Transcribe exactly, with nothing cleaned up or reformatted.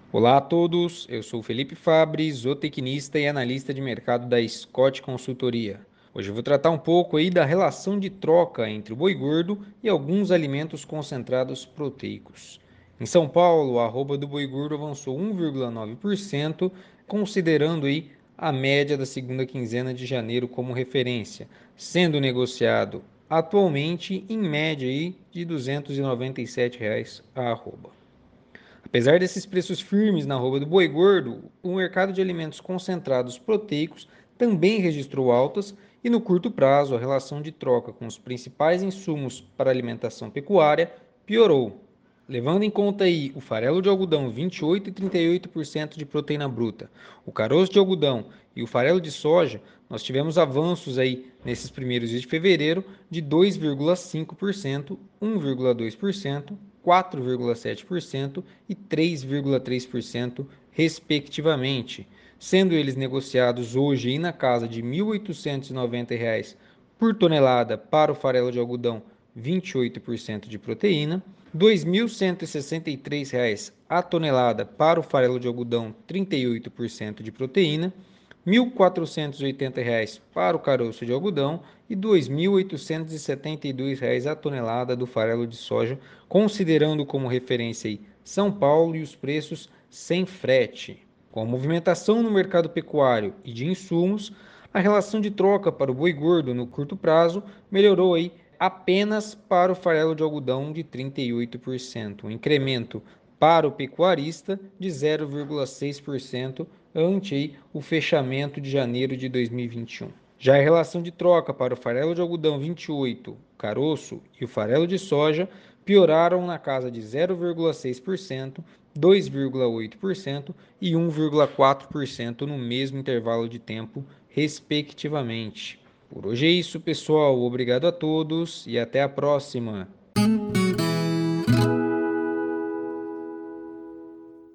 Olá a todos, eu sou Felipe Fabri, zootecnista e analista de mercado da Scott Consultoria. Hoje eu vou tratar um pouco aí da relação de troca entre o boi gordo e alguns alimentos concentrados proteicos. Em São Paulo, a arroba do boi gordo avançou um vírgula nove por cento, considerando aí a média da segunda quinzena de janeiro como referência, sendo negociado atualmente em média aí de duzentos e noventa e sete reais a arroba. Apesar desses preços firmes na arroba do boi gordo, o mercado de alimentos concentrados proteicos também registrou altas e no curto prazo a relação de troca com os principais insumos para alimentação pecuária piorou. Levando em conta aí o farelo de algodão vinte e oito e trinta e oito por cento de proteína bruta, o caroço de algodão e o farelo de soja, nós tivemos avanços aí nesses primeiros dias de fevereiro de dois vírgula cinco por cento, um vírgula dois por cento, quatro vírgula sete por cento e três vírgula três por cento, respectivamente, sendo eles negociados hoje aí na casa de mil oitocentos e noventa reais por tonelada para o farelo de algodão vinte e oito por cento de proteína, dois mil cento e sessenta e três reais a tonelada para o farelo de algodão trinta e oito por cento de proteína, mil quatrocentos e oitenta reais para o caroço de algodão e dois mil oitocentos e setenta e dois reais a tonelada do farelo de soja, considerando como referência aí São Paulo e os preços sem frete. Com a movimentação no mercado pecuário e de insumos, a relação de troca para o boi gordo no curto prazo melhorou aí apenas para o farelo de algodão de trinta e oito por cento, um incremento para o pecuarista de zero vírgula seis por cento ante o fechamento de janeiro de dois mil e vinte e um. Já a relação de troca para o farelo de algodão vinte e oito, caroço e o farelo de soja pioraram na casa de zero vírgula seis por cento, dois vírgula oito por cento e um vírgula quatro por cento no mesmo intervalo de tempo, respectivamente. Por hoje é isso, pessoal. Obrigado a todos e até a próxima.